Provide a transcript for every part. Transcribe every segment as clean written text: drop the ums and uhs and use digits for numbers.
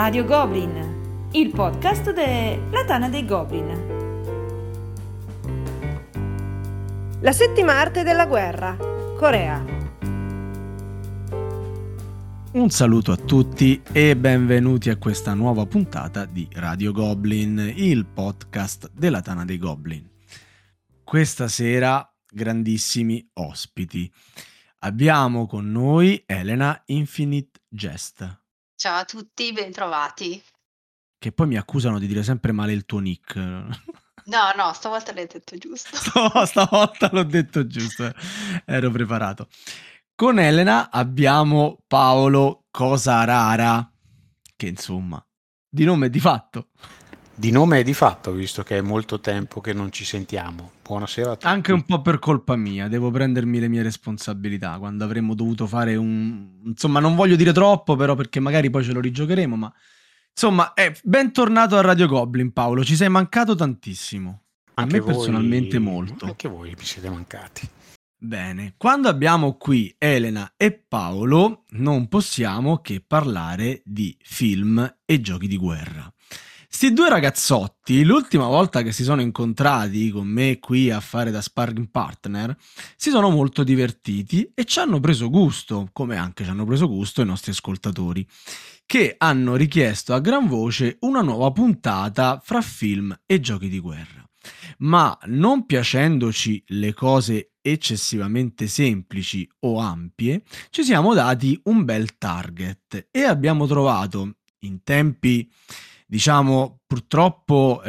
Radio Goblin, il podcast della Tana dei Goblin. La settima arte della guerra, Corea. Un saluto a tutti e benvenuti a questa nuova puntata di Radio Goblin, il podcast della Tana dei Goblin. Questa sera grandissimi ospiti. Abbiamo con noi Elena Infinite Jest. Ciao a tutti, bentrovati. Che poi mi accusano di dire sempre male il tuo nick. No, stavolta l'hai detto giusto. Stavolta l'ho detto giusto, ero preparato. Con Elena abbiamo Paolo Cosarara, che insomma, di nome e di fatto. Di nome e di fatto, visto che è molto tempo che non ci sentiamo. Buonasera a tutti. Anche un po' per colpa mia, devo prendermi le mie responsabilità, quando avremmo dovuto fare insomma, non voglio dire troppo, però perché magari poi ce lo rigiocheremo, ma... Insomma, bentornato a Radio Goblin, Paolo, ci sei mancato tantissimo. Anche a me voi, personalmente molto. Anche voi mi siete mancati. Bene, quando abbiamo qui Elena e Paolo non possiamo che parlare di film e giochi di guerra. Sti due ragazzotti, l'ultima volta che si sono incontrati con me qui a fare da sparring partner, si sono molto divertiti e ci hanno preso gusto, come anche ci hanno preso gusto i nostri ascoltatori, che hanno richiesto a gran voce una nuova puntata fra film e giochi di guerra. Ma non piacendoci le cose eccessivamente semplici o ampie, ci siamo dati un bel target e abbiamo trovato in tempi, diciamo, purtroppo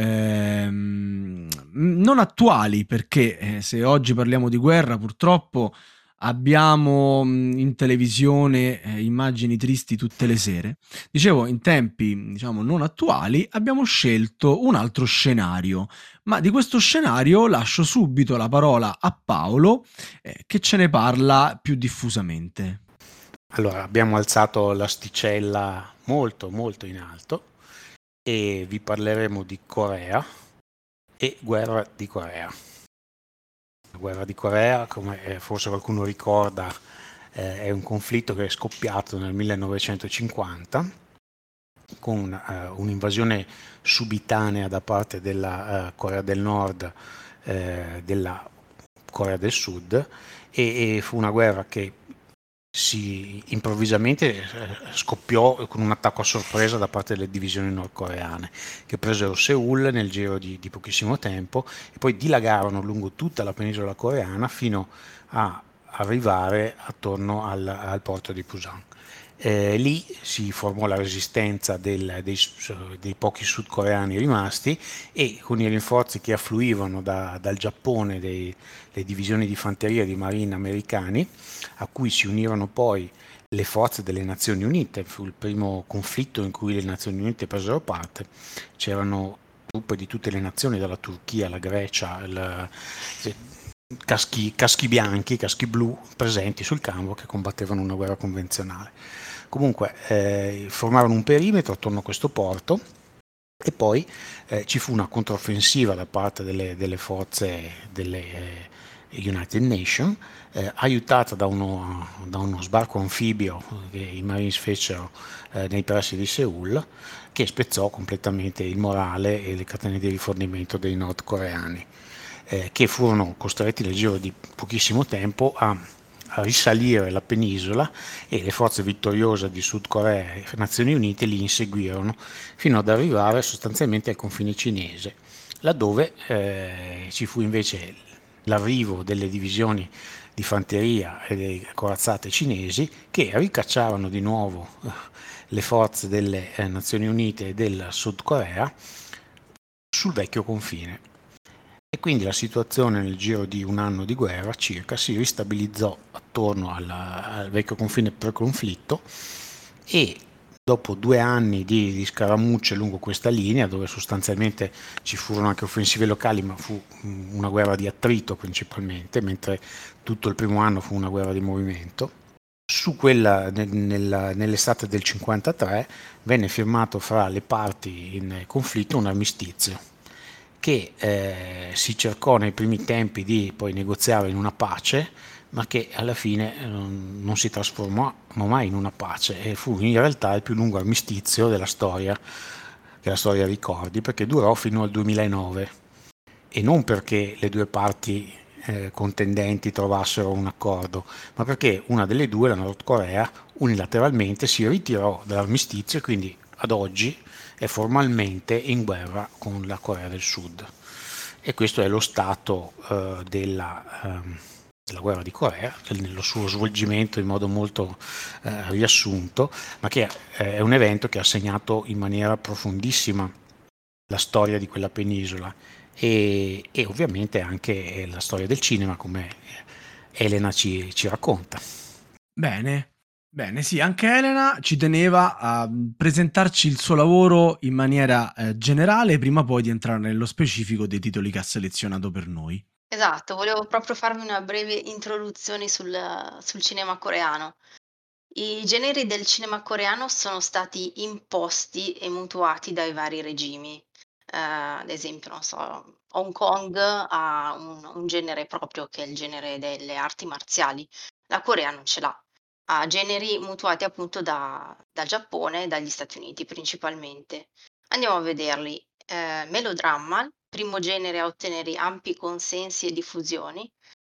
non attuali, perché se oggi parliamo di guerra, purtroppo abbiamo in televisione immagini tristi tutte le sere. Dicevo, in tempi, diciamo, non attuali, abbiamo scelto un altro scenario, ma di questo scenario lascio subito la parola a Paolo, che ce ne parla più diffusamente. Allora, abbiamo alzato l'asticella molto molto in alto e vi parleremo di Corea e guerra di Corea. La guerra di Corea, come forse qualcuno ricorda, è un conflitto che è scoppiato nel 1950 con un'invasione subitanea da parte della Corea del Nord, della Corea del Sud, e fu una guerra che improvvisamente scoppiò con un attacco a sorpresa da parte delle divisioni nordcoreane, che presero Seoul nel giro di pochissimo tempo e poi dilagarono lungo tutta la penisola coreana fino a arrivare attorno al porto di Pusan. Lì si formò la resistenza dei pochi sudcoreani rimasti, e con i rinforzi che affluivano dal Giappone, le divisioni di fanteria di marina americani, a cui si unirono poi le forze delle Nazioni Unite. Fu il primo conflitto in cui le Nazioni Unite presero parte. C'erano truppe di tutte le nazioni, dalla Turchia alla Grecia, caschi bianchi, caschi blu presenti sul campo, che combattevano una guerra convenzionale. Comunque formarono un perimetro attorno a questo porto, e poi ci fu una controffensiva da parte delle forze delle United Nations, aiutata da uno sbarco anfibio che i Marines fecero nei pressi di Seoul, che spezzò completamente il morale e le catene di rifornimento dei nordcoreani, che furono costretti nel giro di pochissimo tempo a risalire la penisola, e le forze vittoriose di Sud Corea e Nazioni Unite li inseguirono fino ad arrivare sostanzialmente al confine cinese, laddove ci fu invece l'arrivo delle divisioni di fanteria e delle corazzate cinesi, che ricacciarono di nuovo le forze delle Nazioni Unite e del Sud Corea sul vecchio confine. E quindi la situazione nel giro di un anno di guerra circa si ristabilizzò attorno al vecchio confine pre-conflitto, e dopo 2 anni di scaramucce lungo questa linea, dove sostanzialmente ci furono anche offensive locali, ma fu una guerra di attrito principalmente, mentre tutto il primo anno fu una guerra di movimento, su quella nell'estate del 53 venne firmato fra le parti in conflitto un armistizio, che si cercò nei primi tempi di poi negoziare in una pace ma che alla fine non si trasformò mai in una pace, e fu in realtà il più lungo armistizio della storia, che la storia ricordi, perché durò fino al 2009, e non perché le due parti contendenti trovassero un accordo, ma perché una delle due, la Nord Corea, unilateralmente si ritirò dall'armistizio e quindi ad oggi è formalmente in guerra con la Corea del Sud. E questo è lo stato della guerra di Corea, nello suo svolgimento in modo molto riassunto, ma che è un evento che ha segnato in maniera profondissima la storia di quella penisola e ovviamente anche la storia del cinema, come Elena ci racconta. Bene, bene, sì, anche Elena ci teneva a presentarci il suo lavoro in maniera generale, prima poi di entrare nello specifico dei titoli che ha selezionato per noi. Esatto, volevo proprio farvi una breve introduzione sul cinema coreano. I generi del cinema coreano sono stati imposti e mutuati dai vari regimi. Ad esempio, non so, Hong Kong ha un genere proprio che è il genere delle arti marziali. La Corea non ce l'ha. Ha generi mutuati appunto dal Giappone e dagli Stati Uniti principalmente. Andiamo a vederli. Melodramma, primo genere a ottenere ampi consensi e diffusioni.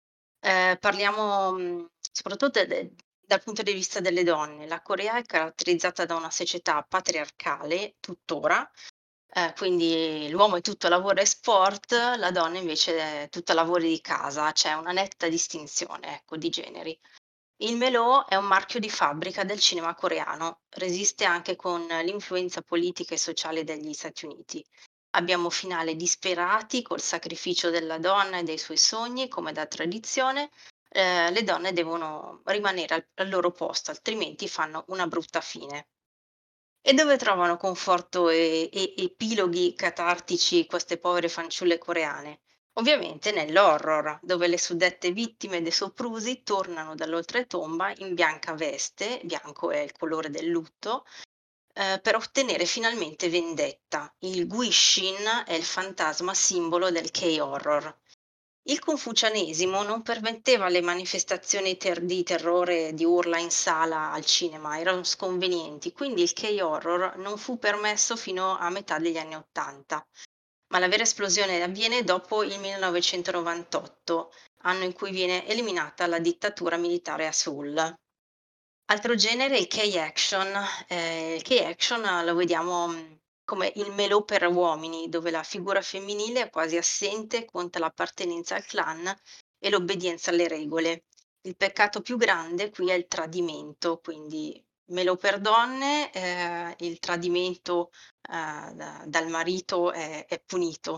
Parliamo, soprattutto dal punto di vista delle donne. La Corea è caratterizzata da una società patriarcale tuttora, quindi l'uomo è tutto lavoro e sport, la donna invece è tutta lavori di casa, c'è una netta distinzione, ecco, di generi. Il melò è un marchio di fabbrica del cinema coreano, resiste anche con l'influenza politica e sociale degli Stati Uniti. Abbiamo finali disperati col sacrificio della donna e dei suoi sogni, come da tradizione. Le donne devono rimanere al loro posto, altrimenti fanno una brutta fine. E dove trovano conforto e epiloghi catartici queste povere fanciulle coreane? Ovviamente nell'horror, dove le suddette vittime dei soprusi tornano dall'oltretomba in bianca veste, bianco è il colore del lutto, per ottenere finalmente vendetta. Il Guishin è il fantasma simbolo del K-horror. Il confucianesimo non permetteva le manifestazioni di terrore, di urla in sala al cinema, erano sconvenienti, quindi il K-horror non fu permesso fino a metà degli anni '80. Ma la vera esplosione avviene dopo il 1998, anno in cui viene eliminata la dittatura militare a Seoul. Altro genere, il K-action. Il K-action lo vediamo come il melò per uomini, dove la figura femminile è quasi assente, conta l'appartenenza al clan e l'obbedienza alle regole. Il peccato più grande qui è il tradimento, quindi melò per donne, il tradimento dal marito è punito.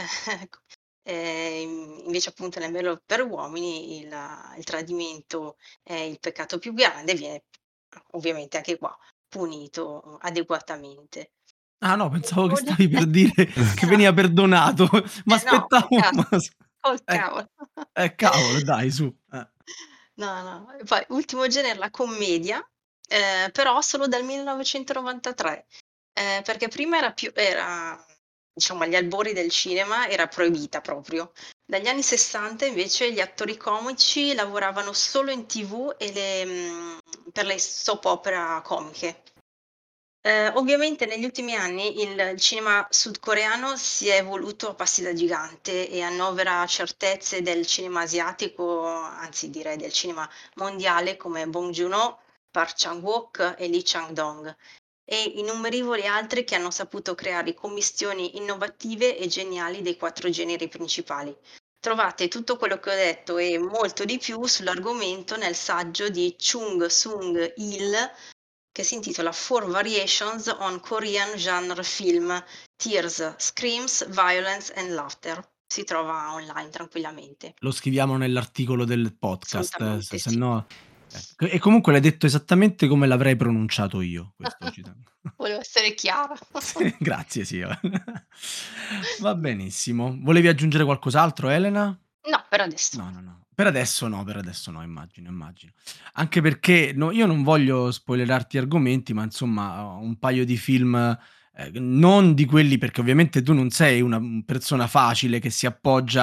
Invece appunto nel melò per uomini il tradimento è il peccato più grande, viene ovviamente anche qua punito adeguatamente. Ah no, pensavo che Ultimo ge stavi per dire che no, veniva perdonato. no, M'aspettavo, col cas ma col eh, cavolo. cavolo, dai, su. No, no. E poi ultimo genere la commedia, però solo dal 1993, perché prima era diciamo agli albori del cinema, era proibita proprio. Dagli anni '60 invece gli attori comici lavoravano solo in TV e per le soap opera comiche. Ovviamente negli ultimi anni il cinema sudcoreano si è evoluto a passi da gigante e annovera certezze del cinema asiatico, anzi direi del cinema mondiale come Bong Joon-ho, Park Chan-wook e Lee Chang-dong e innumerevoli altri che hanno saputo creare commistioni innovative e geniali dei 4 generi principali. Trovate tutto quello che ho detto e molto di più sull'argomento nel saggio di Chung Sung-il che si intitola Four Variations on Korean Genre Film: Tears, Screams, Violence and Laughter. Si trova online tranquillamente. Lo scriviamo nell'articolo del podcast, Assolutamente se sì. no e comunque l'hai detto esattamente come l'avrei pronunciato io, questo ci tengo. Volevo essere chiara. Sì, grazie, sì. Va benissimo. Volevi aggiungere qualcos'altro, Elena? No, per adesso. No, no, no. Per adesso no, immagino. Anche perché io non voglio spoilerarti argomenti, ma insomma ho un paio di film, non di quelli perché ovviamente tu non sei una persona facile che si appoggia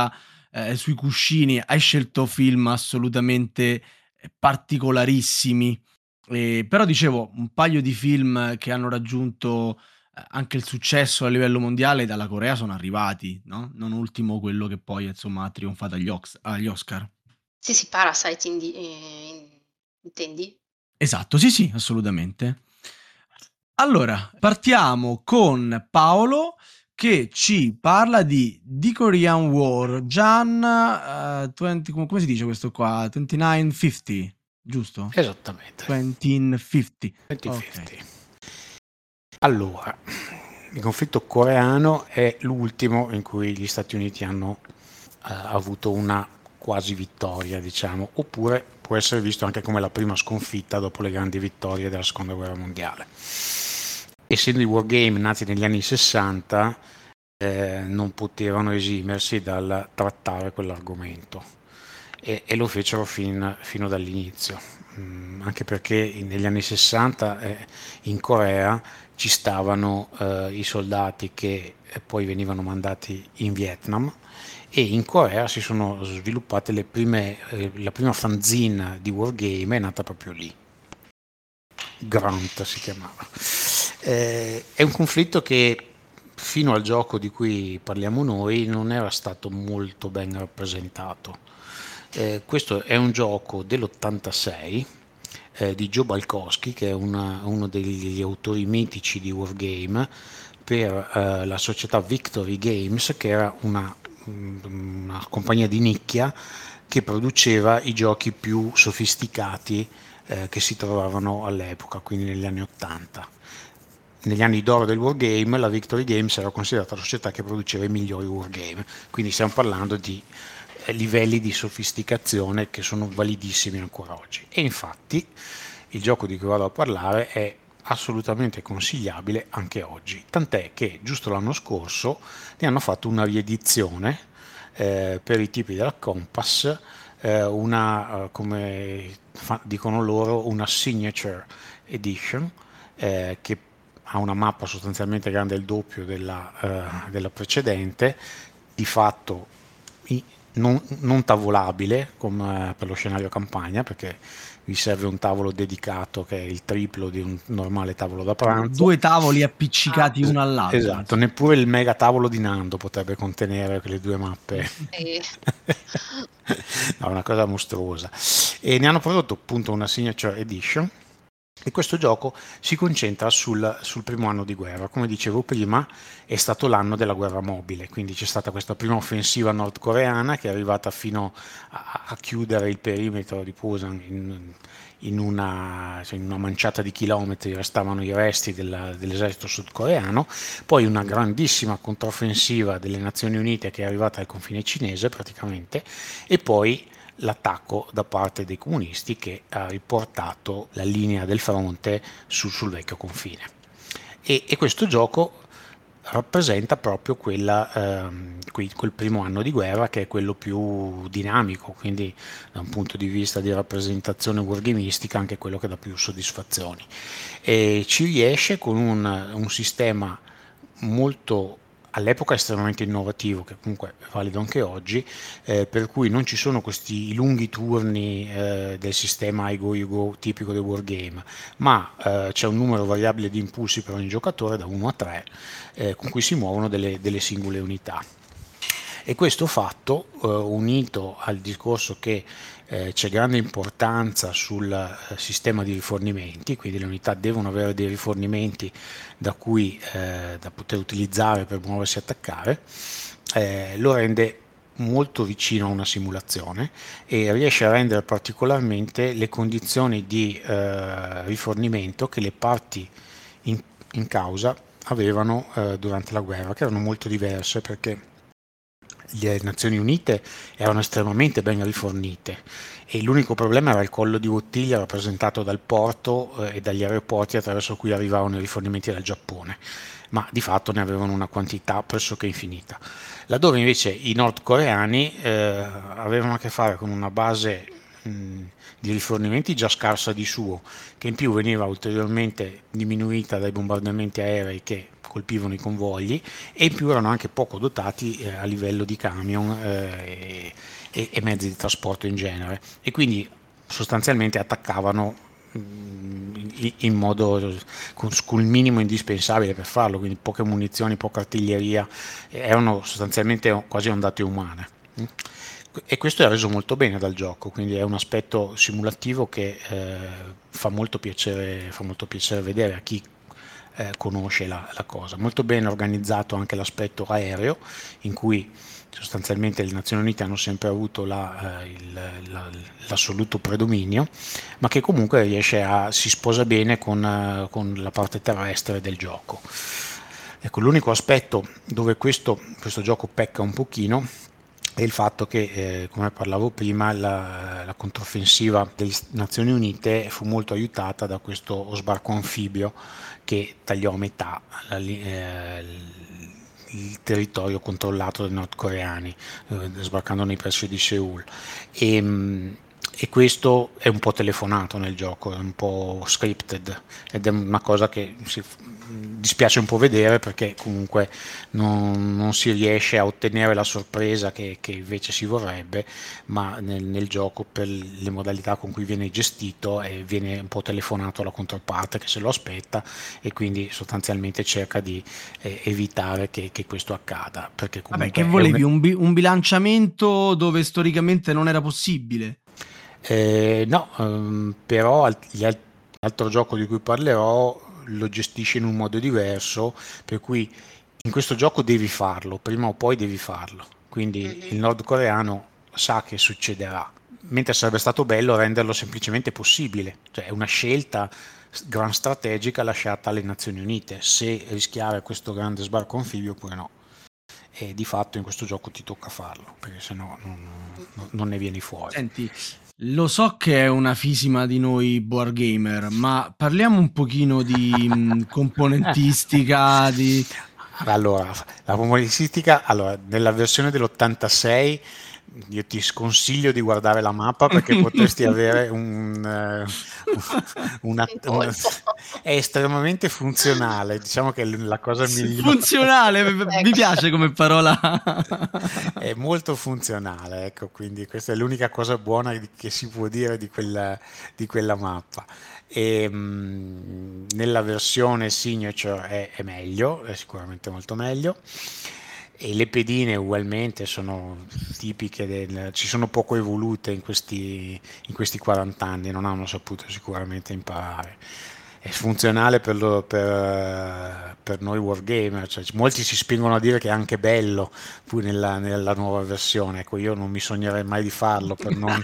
sui cuscini, hai scelto film assolutamente particolarissimi. Però dicevo, un paio di film che hanno raggiunto anche il successo a livello mondiale dalla Corea sono arrivati, no? Non ultimo quello che poi insomma ha trionfato agli Oscar. Sì, sì, Parasite intendi? Esatto, sì, sì, assolutamente. Allora, partiamo con Paolo che ci parla di The Korean War, Jan 20, come si dice questo qua? 2950, giusto? Esattamente. 2050. 2050. Ok. Allora, il conflitto coreano è l'ultimo in cui gli Stati Uniti hanno avuto una quasi vittoria, diciamo, oppure può essere visto anche come la prima sconfitta dopo le grandi vittorie della Seconda Guerra Mondiale. Essendo i wargame nati negli anni 60, non potevano esimersi dal trattare quell'argomento e lo fecero fino dall'inizio, anche perché negli anni 60 in Corea ci stavano i soldati che poi venivano mandati in Vietnam, e in Corea si sono sviluppate la prima fanzine di wargame è nata proprio lì. Grunt si chiamava. È un conflitto che fino al gioco di cui parliamo noi non era stato molto ben rappresentato. Questo è un gioco dell'86 di Joe Balkowski, che è uno degli autori mitici di wargame, per la società Victory Games, che era una compagnia di nicchia che produceva i giochi più sofisticati che si trovavano all'epoca, quindi negli anni 80. Negli anni d'oro del wargame, la Victory Games era considerata la società che produceva i migliori wargame, quindi stiamo parlando di livelli di sofisticazione che sono validissimi ancora oggi. E infatti il gioco di cui vado a parlare è assolutamente consigliabile anche oggi, tant'è che giusto l'anno scorso ne hanno fatto una riedizione per i tipi della Compass, come dicono loro, una signature edition che ha una mappa sostanzialmente grande il doppio della precedente, di fatto non tavolabile come per lo scenario campagna, perché vi serve un tavolo dedicato che è il triplo di un normale tavolo da pranzo. 2 tavoli appiccicati uno all'altro. Esatto, neppure il mega tavolo di Nando potrebbe contenere quelle 2 mappe. No, una cosa mostruosa. E ne hanno prodotto appunto una signature edition, e questo gioco si concentra sul primo anno di guerra. Come dicevo prima, è stato l'anno della guerra mobile, quindi c'è stata questa prima offensiva nordcoreana che è arrivata fino a chiudere il perimetro di Pusan in una manciata di chilometri. Restavano i resti dell'esercito sudcoreano, poi una grandissima controffensiva delle Nazioni Unite che è arrivata al confine cinese praticamente, e poi l'attacco da parte dei comunisti che ha riportato la linea del fronte sul vecchio confine. E questo gioco rappresenta proprio quel primo anno di guerra, che è quello più dinamico, quindi da un punto di vista di rappresentazione wargamistica anche quello che dà più soddisfazioni, e ci riesce con un sistema molto, all'epoca estremamente innovativo, che comunque è valido anche oggi, per cui non ci sono questi lunghi turni del sistema I go you go tipico del wargame, ma c'è un numero variabile di impulsi per ogni giocatore, da 1 a 3, con cui si muovono delle singole unità. E questo fatto, unito al discorso che c'è grande importanza sul sistema di rifornimenti, quindi le unità devono avere dei rifornimenti da poter utilizzare per muoversi e attaccare, lo rende molto vicino a una simulazione e riesce a rendere particolarmente le condizioni di rifornimento che le parti in causa avevano durante la guerra, che erano molto diverse, perché le Nazioni Unite erano estremamente ben rifornite e l'unico problema era il collo di bottiglia rappresentato dal porto e dagli aeroporti attraverso cui arrivavano i rifornimenti dal Giappone, ma di fatto ne avevano una quantità pressoché infinita. Laddove invece i nordcoreani avevano a che fare con una base di rifornimenti già scarsa di suo, che in più veniva ulteriormente diminuita dai bombardamenti aerei che colpivano i convogli, e in più erano anche poco dotati a livello di camion e mezzi di trasporto in genere, e quindi sostanzialmente attaccavano in modo con il minimo indispensabile per farlo, quindi poche munizioni, poca artiglieria, erano sostanzialmente quasi ondate umane. E questo è reso molto bene dal gioco, quindi è un aspetto simulativo che fa molto piacere vedere a chi conosce la cosa. Molto bene organizzato anche l'aspetto aereo, in cui sostanzialmente le Nazioni Unite hanno sempre avuto l'assoluto predominio, ma che comunque si sposa bene con la parte terrestre del gioco. Ecco, l'unico aspetto dove questo gioco pecca un pochino è il fatto che, come parlavo prima, la controffensiva delle Nazioni Unite fu molto aiutata da questo sbarco anfibio che tagliò a metà il territorio controllato dai nordcoreani, sbarcando nei pressi di Seoul. E questo è un po' telefonato nel gioco, è un po' scripted, ed è una cosa che dispiace un po' vedere, perché comunque non si riesce a ottenere la sorpresa che invece si vorrebbe, ma nel gioco, per le modalità con cui viene gestito, viene un po' telefonato alla controparte che se lo aspetta, e quindi sostanzialmente cerca di evitare che questo accada, perché comunque che volevi un bilanciamento dove storicamente non era possibile? No, però l'altro gioco di cui parlerò lo gestisce in un modo diverso, per cui in questo gioco devi farlo, prima o poi devi farlo, quindi il nordcoreano sa che succederà, mentre sarebbe stato bello renderlo semplicemente possibile, cioè è una scelta gran strategica lasciata alle Nazioni Unite, se rischiare questo grande sbarco anfibio oppure no. E di fatto in questo gioco ti tocca farlo, perché sennò non ne vieni fuori. Senti, lo so che è una fisima di noi board gamer, ma parliamo un pochino di componentistica, Allora, la componentistica, nella versione dell'86 io ti sconsiglio di guardare la mappa, perché potresti avere è estremamente funzionale, diciamo che la cosa migliore. Funzionale, mi piace come parola. È molto funzionale, ecco, quindi questa è l'unica cosa buona che si può dire di quella mappa. E nella versione signature è meglio, è sicuramente molto meglio, e le pedine ugualmente sono tipiche ci sono poco evolute in questi 40 anni, non hanno saputo sicuramente imparare. È funzionale per noi wargamer, cioè, molti si spingono a dire che è anche bello poi nella nuova versione. Ecco, io non mi sognerei mai di farlo per non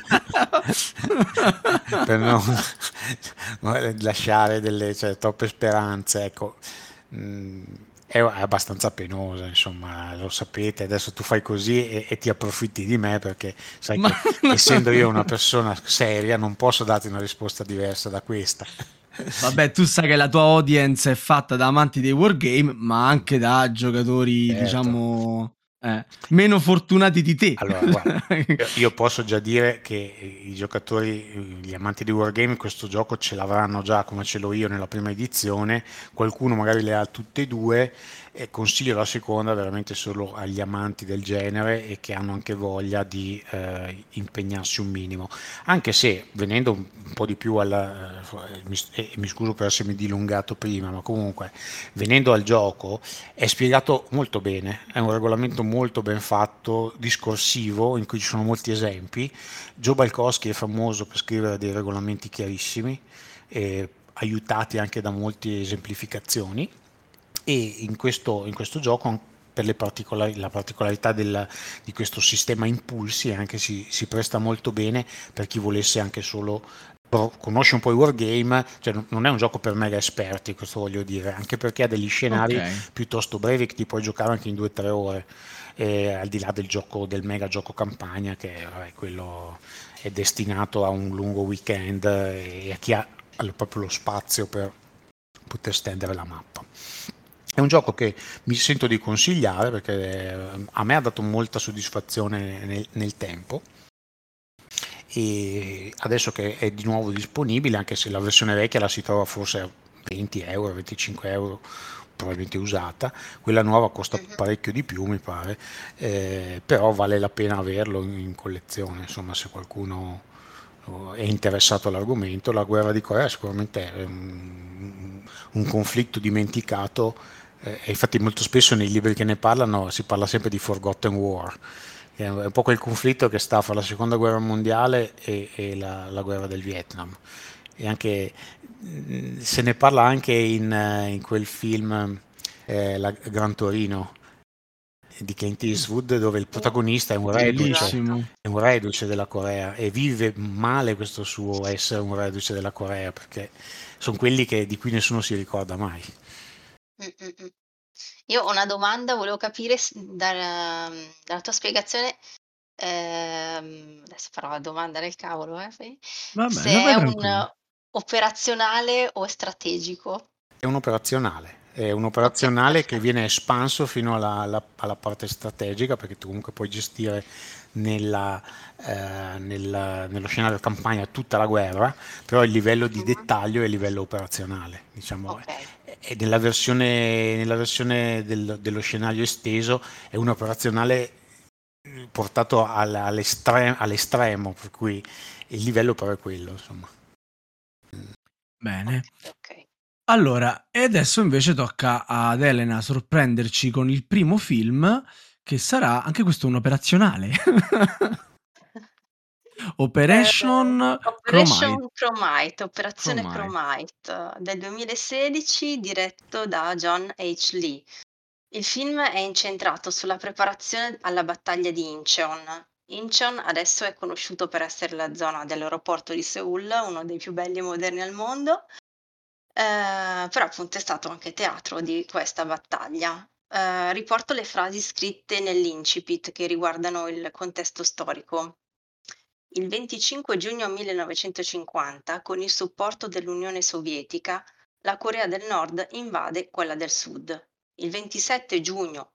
lasciare troppe speranze, ecco. È abbastanza penosa, insomma, lo sapete, adesso tu fai così e ti approfitti di me, perché sai che essendo io una persona seria non posso darti una risposta diversa da questa. Vabbè, tu sai che la tua audience è fatta da amanti dei wargame, ma anche da giocatori, certo, diciamo, meno fortunati di te. Allora, guarda, io posso già dire che i giocatori, gli amanti di wargame, questo gioco ce l'avranno già come ce l'ho io nella prima edizione, qualcuno magari le ha tutte e due, e consiglio la seconda veramente solo agli amanti del genere e che hanno anche voglia di impegnarsi un minimo, anche se venendo un po' di più mi scuso per essermi dilungato prima, ma comunque venendo al gioco è spiegato molto bene, è un regolamento molto ben fatto, discorsivo, in cui ci sono molti esempi. Joe Balkowski è famoso per scrivere dei regolamenti chiarissimi, aiutati anche da molte esemplificazioni, e in questo gioco, per la particolarità di questo sistema impulsi, anche si presta molto bene per chi volesse anche solo conosce un po' i wargame, cioè non è un gioco per mega esperti, questo voglio dire, anche perché ha degli scenari piuttosto brevi che ti puoi giocare anche in 2-3 ore, al di là del mega gioco campagna, che quello è destinato a un lungo weekend e a chi ha proprio lo spazio per poter stendere la mappa. È un gioco che mi sento di consigliare, perché a me ha dato molta soddisfazione nel tempo, e adesso che è di nuovo disponibile, anche se la versione vecchia la si trova forse a 20 euro, 25 euro, probabilmente usata, quella nuova costa parecchio di più mi pare, però vale la pena averlo in collezione, insomma, se qualcuno è interessato all'argomento. La guerra di Corea sicuramente è un conflitto dimenticato, e infatti molto spesso nei libri che ne parlano si parla sempre di Forgotten War, che è un po' quel conflitto che sta fra la seconda guerra mondiale e la guerra del Vietnam, e anche se ne parla anche in quel film la Gran Torino di Clint Eastwood, dove il protagonista è un Bellissimo. reduce della Corea e vive male questo suo essere un reduce della Corea, perché sono quelli di cui nessuno si ricorda mai. Io ho una domanda, volevo capire dalla tua spiegazione, adesso farò la domanda del cavolo, se Vabbè, è vai un tranquillo. operazionale o strategico. È un operazionale Ok, che viene espanso fino alla parte strategica, perché tu comunque puoi gestire nello scenario campagna tutta la guerra, però il livello di dettaglio è il livello operazionale, diciamo. ok, E nella versione dello scenario esteso è un operazionale portato all'estremo, per cui il livello però è quello, insomma. Bene. ok. Allora, e adesso invece tocca ad Elena sorprenderci con il primo film, che sarà anche questo un operazionale. Operation Chromite. Operazione Chromite del 2016, diretto da John H. Lee. Il film è incentrato sulla preparazione alla battaglia di Incheon. Incheon adesso è conosciuto per essere la zona dell'aeroporto di Seoul, uno dei più belli e moderni al mondo, però appunto è stato anche teatro di questa battaglia. Riporto le frasi scritte nell'incipit che riguardano il contesto storico. Il 25 giugno 1950, con il supporto dell'Unione Sovietica, la Corea del Nord invade quella del Sud. Il 27 giugno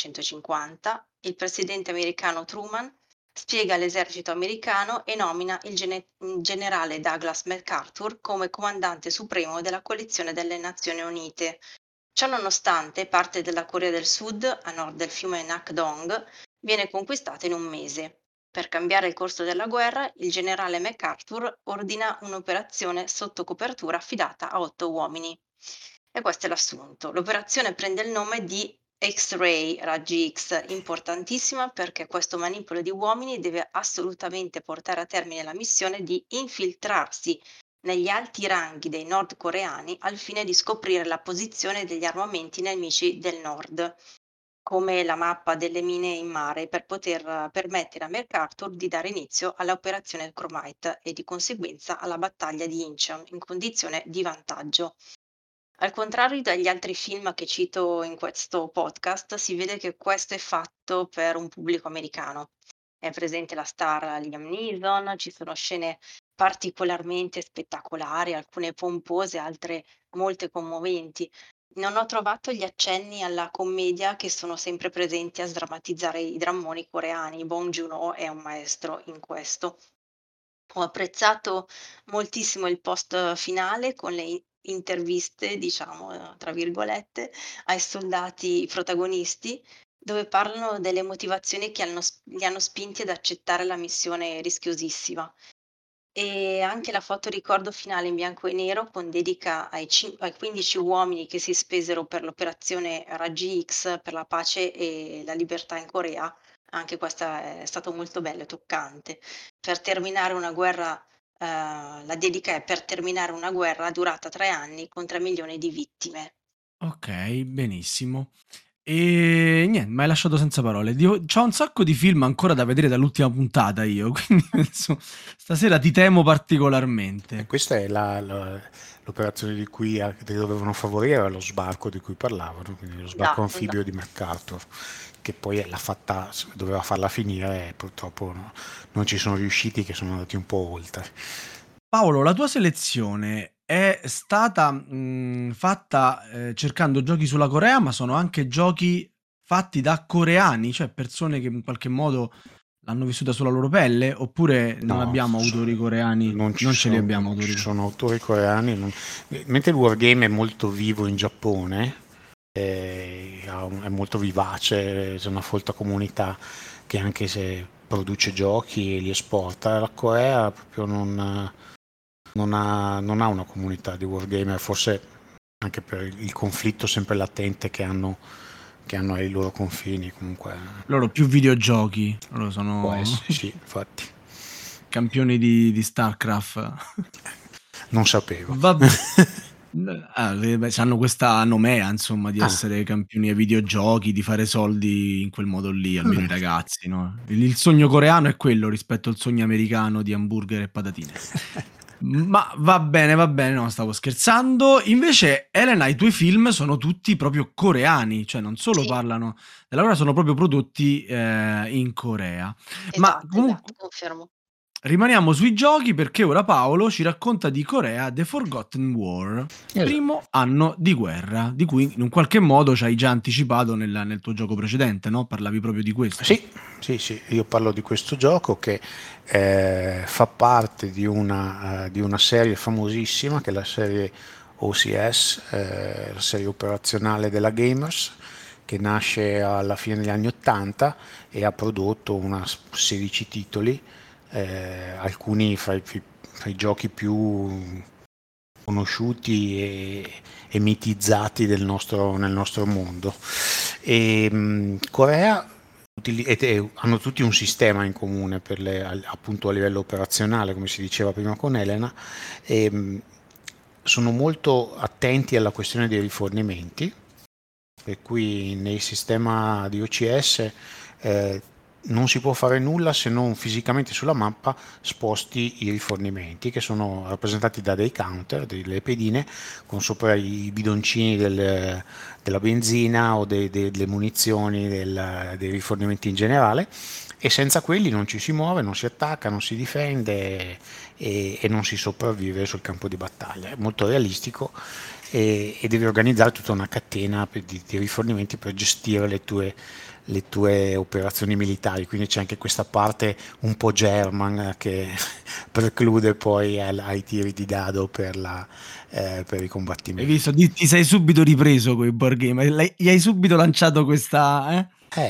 1950, il presidente americano Truman spiega l'esercito americano e nomina il generale Douglas MacArthur come comandante supremo della coalizione delle Nazioni Unite. Ciò nonostante, parte della Corea del Sud, a nord del fiume Nakdong, viene conquistata in un mese. Per cambiare il corso della guerra, il generale MacArthur ordina un'operazione sotto copertura affidata a 8 uomini. E questo è l'assunto. L'operazione prende il nome di X-Ray, raggi X, importantissima perché questo manipolo di uomini deve assolutamente portare a termine la missione di infiltrarsi negli alti ranghi dei nordcoreani al fine di scoprire la posizione degli armamenti nemici del nord, come la mappa delle mine in mare, per poter permettere a MacArthur di dare inizio all'operazione Chromite e di conseguenza alla battaglia di Incheon in condizione di vantaggio. Al contrario degli altri film che cito in questo podcast, si vede che questo è fatto per un pubblico americano. È presente la star Liam Neeson, ci sono scene particolarmente spettacolari, alcune pompose, altre molte commoventi. Non ho trovato gli accenni alla commedia che sono sempre presenti a sdrammatizzare i drammoni coreani. Bong Joon-ho è un maestro in questo. Ho apprezzato moltissimo il post finale con le interviste, diciamo, tra virgolette, ai soldati protagonisti, dove parlano delle motivazioni che li hanno spinti ad accettare la missione rischiosissima. E anche la fotoricordo finale in bianco e nero con dedica ai 15 uomini che si spesero per l'operazione Raggi X per la pace e la libertà in Corea, anche questa è stato molto bello e toccante. Per terminare una guerra, la dedica è per terminare una guerra durata 3 anni con 3 milioni di vittime. Ok, benissimo. E niente, mi hai lasciato senza parole. C'ho un sacco di film ancora da vedere dall'ultima puntata io, quindi penso, stasera ti temo particolarmente. Questa è l'operazione di cui dovevano favorire lo sbarco di cui parlavano, quindi lo sbarco Esatto, anfibio di MacArthur, che poi doveva farla finire e purtroppo non ci sono riusciti, che sono andati un po' oltre. Paolo, la tua selezione è stata fatta cercando giochi sulla Corea, ma sono anche giochi fatti da coreani, cioè persone che in qualche modo l'hanno vissuta sulla loro pelle, oppure non No, abbiamo autori coreani? non Ce li abbiamo non autori ci sono autori coreani. Mentre il wargame è molto vivo in Giappone, è molto vivace, c'è una folta comunità che anche se produce giochi e li esporta, la Corea proprio non ha una comunità di wargamer, forse anche per il conflitto sempre latente che hanno ai loro confini. Comunque Loro più videogiochi, loro sono può essere, sì, infatti. campioni di StarCraft. Non sapevo. Vabbè. Hanno questa nomea, insomma, di Ah. essere campioni ai videogiochi, di fare soldi in quel modo lì, almeno i ragazzi, no? Il sogno coreano è quello rispetto al sogno americano di hamburger e patatine. Ma va bene, no, stavo scherzando. Invece, Elena, i tuoi film sono tutti proprio coreani, cioè non solo Sì. parlano della Corea, sono proprio prodotti in Corea. Ma Esatto, comunque confermo. rimaniamo sui giochi perché ora Paolo ci racconta di Corea The Forgotten War, primo anno di guerra, di cui in un qualche modo ci hai già anticipato nel tuo gioco precedente, no? Parlavi proprio di questo. Sì, io parlo di questo gioco che fa parte di una serie famosissima che è la serie OCS, la serie operazionale della Gamers, che nasce alla fine degli anni 80 e ha prodotto una 16 titoli, alcuni fra i giochi più conosciuti e mitizzati nel nostro mondo. Corea hanno tutti un sistema in comune appunto a livello operazionale, come si diceva prima con Elena, e sono molto attenti alla questione dei rifornimenti, per cui nel sistema di OCS non si può fare nulla se non fisicamente sulla mappa sposti i rifornimenti, che sono rappresentati da dei counter, delle pedine con sopra i bidoncini della benzina o delle munizioni, dei rifornimenti in generale, e senza quelli non ci si muove, non si attacca, non si difende e non si sopravvive sul campo di battaglia. È molto realistico e devi organizzare tutta una catena di rifornimenti per gestire le tue operazioni militari, quindi c'è anche questa parte un po' German che preclude poi ai tiri di dado per i combattimenti. Hai visto? Ti sei subito ripreso con i board game, gli hai subito lanciato questa...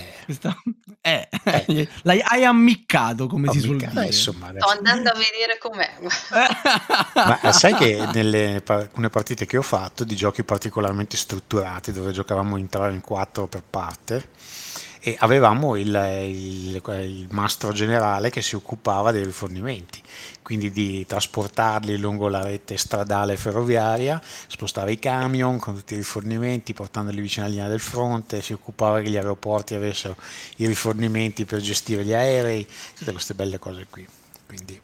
hai ammiccato, come si suol dire. Insomma, sto andando a vedere com'è. Ma sai che nelle alcune partite che ho fatto di giochi particolarmente strutturati, dove giocavamo in 3 o in 4 per parte, e avevamo il mastro generale che si occupava dei rifornimenti, quindi di trasportarli lungo la rete stradale ferroviaria, spostare i camion con tutti i rifornimenti, portandoli vicino alla linea del fronte, si occupava che gli aeroporti avessero i rifornimenti per gestire gli aerei, tutte queste belle cose qui. Quindi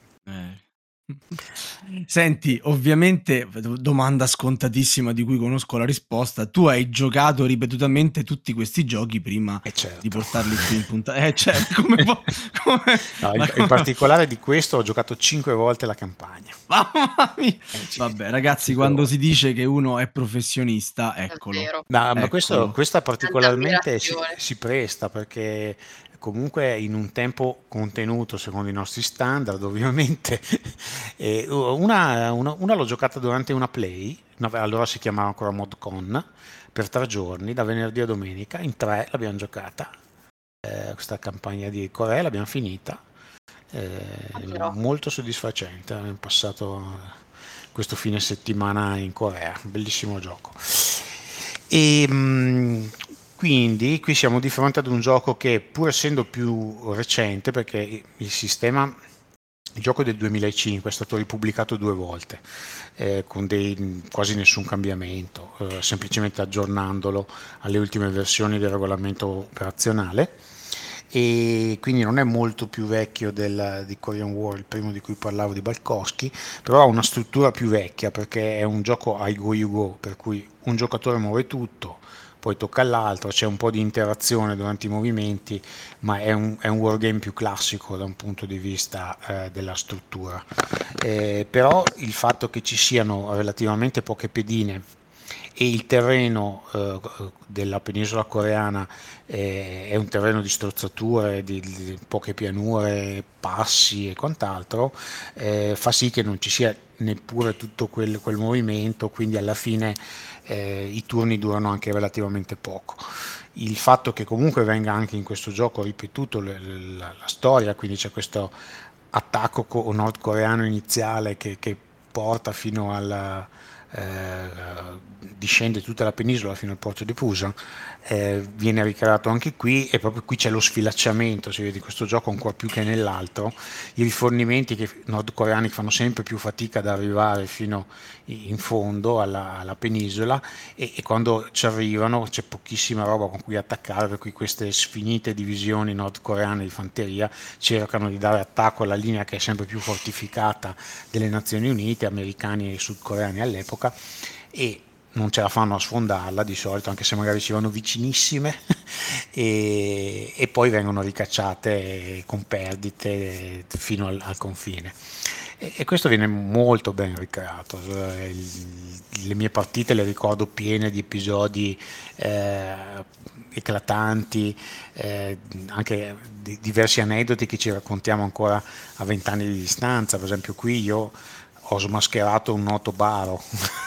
Senti, ovviamente, domanda scontatissima di cui conosco la risposta, tu hai giocato ripetutamente tutti questi giochi prima certo. di portarli qui in puntata? Certo, come no, in particolare di questo ho giocato 5 volte la campagna. Mamma mia! Vabbè, ragazzi, quando si dice che uno è professionista, eccolo. Ma Eccolo. questa particolarmente si presta, perché comunque in un tempo contenuto secondo i nostri standard, ovviamente. Una l'ho giocata durante una play, allora si chiamava ancora ModCon, per 3 giorni, da venerdì a domenica, in 3 l'abbiamo giocata, questa campagna di Corea l'abbiamo finita, molto soddisfacente, abbiamo passato questo fine settimana in Corea, bellissimo gioco. E quindi qui siamo di fronte ad un gioco che, pur essendo più recente, perché il gioco è del 2005, è stato ripubblicato 2 volte, con quasi nessun cambiamento, semplicemente aggiornandolo alle ultime versioni del regolamento operazionale, e quindi non è molto più vecchio di Korean War, il primo di cui parlavo di Balkowski, però ha una struttura più vecchia, perché è un gioco I go you go, per cui un giocatore muove tutto, poi tocca all'altro, c'è un po' di interazione durante i movimenti, ma è un wargame più classico da un punto di vista della struttura. Però il fatto che ci siano relativamente poche pedine e il terreno della penisola coreana è un terreno di strozzature, di poche pianure, passi e quant'altro, fa sì che non ci sia neppure tutto quel movimento, quindi alla fine i turni durano anche relativamente poco. Il fatto che comunque venga anche in questo gioco ripetuto la storia, quindi c'è questo attacco nordcoreano iniziale che porta fino alla discende tutta la penisola fino al porto di Pusan, viene ricreato anche qui, e proprio qui c'è lo sfilacciamento, si vede in questo gioco ancora più che nell'altro, i rifornimenti nordcoreani fanno sempre più fatica ad arrivare fino in fondo alla penisola, e quando ci arrivano c'è pochissima roba con cui attaccare, per cui queste sfinite divisioni nordcoreane di fanteria cercano di dare attacco alla linea che è sempre più fortificata delle Nazioni Unite, americani e sudcoreani all'epoca, e non ce la fanno a sfondarla di solito, anche se magari ci vanno vicinissime e poi vengono ricacciate con perdite fino al confine. E questo viene molto ben ricreato. Le mie partite le ricordo piene di episodi eclatanti, anche diversi aneddoti che ci raccontiamo ancora a 20 anni di distanza. Per esempio qui io ho smascherato un noto baro.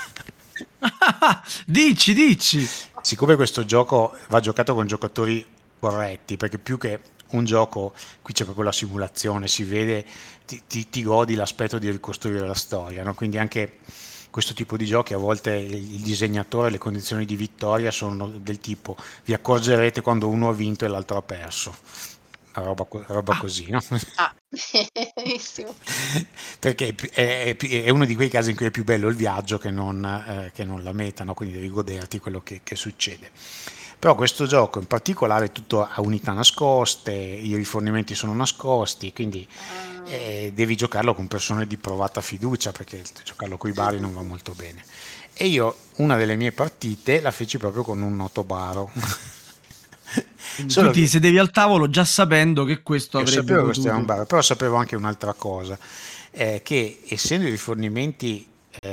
Dici. Siccome questo gioco va giocato con giocatori corretti, perché più che un gioco, qui c'è proprio la simulazione, si vede, ti godi l'aspetto di ricostruire la storia, no? Quindi anche questo tipo di giochi a volte il disegnatore, le condizioni di vittoria sono del tipo: vi accorgerete quando uno ha vinto e l'altro ha perso, roba così, no? Benissimo. Perché è uno di quei casi in cui è più bello il viaggio che non la meta, no? Quindi devi goderti quello che succede. Però questo gioco in particolare è tutto a unità nascoste, i rifornimenti sono nascosti, quindi devi giocarlo con persone di provata fiducia, perché giocarlo coi bari non va molto bene. E io una delle mie partite la feci proprio con un noto baro. Tu ti sedevi al tavolo già sapendo che questo avrebbe sapevo potuto... che questo era un bar, però sapevo anche un'altra cosa, che essendo i rifornimenti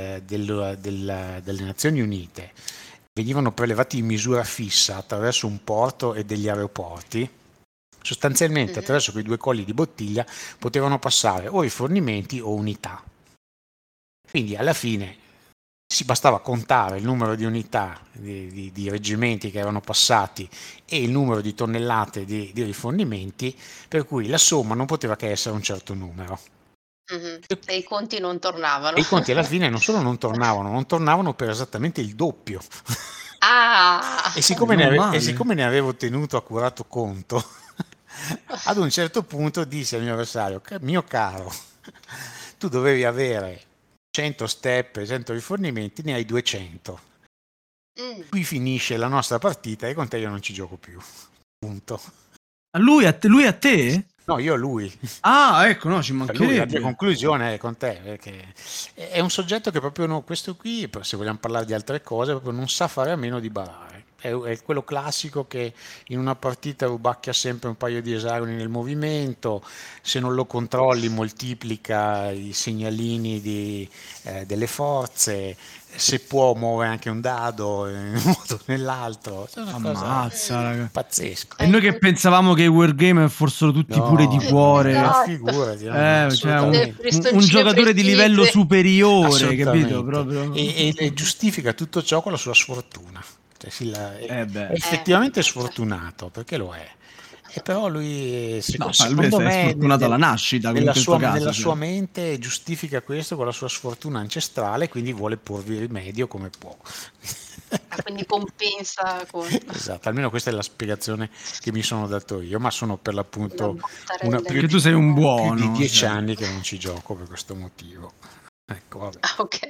delle Nazioni Unite venivano prelevati in misura fissa attraverso un porto e degli aeroporti, sostanzialmente attraverso quei due colli di bottiglia potevano passare o rifornimenti o unità. Quindi alla fine si bastava contare il numero di unità di reggimenti che erano passati e il numero di tonnellate di rifornimenti, per cui la somma non poteva che essere un certo numero. E i conti non tornavano. E i conti alla fine non solo non tornavano per esattamente il doppio. E siccome ne avevo tenuto accurato conto, ad un certo punto disse al mio avversario: mio caro, tu dovevi avere 100 step, 100 rifornimenti, ne hai 200. Qui finisce la nostra partita e con te io non ci gioco più. Punto. Lui a te? No, io a lui. Ah, ecco, no, ci mancherebbe. La mia conclusione è con te, perché è un soggetto che proprio questo qui, se vogliamo parlare di altre cose, proprio non sa fare a meno di barare. È quello classico che in una partita rubacchia sempre un paio di esagoni nel movimento, se non lo controlli moltiplica i segnalini delle forze, se può muove anche un dado in un modo o nell'altro. È una cosa pazzesca. E noi che pensavamo che i wargamer fossero tutti pure di cuore, figurati, cioè un giocatore di livello superiore, capito? Proprio. E giustifica tutto ciò con la sua sfortuna. È effettivamente sfortunato, perché lo è. E però lui secondo me è sfortunato alla nascita, nella sua mente giustifica questo con la sua sfortuna ancestrale, quindi vuole porvi rimedio come può. Quindi compensa con... Esatto, almeno questa è la spiegazione che mi sono dato io, ma sono per l'appunto perché tu sei un buono, più di 10 anni che non ci gioco per questo motivo. Ecco, vabbè. Ok.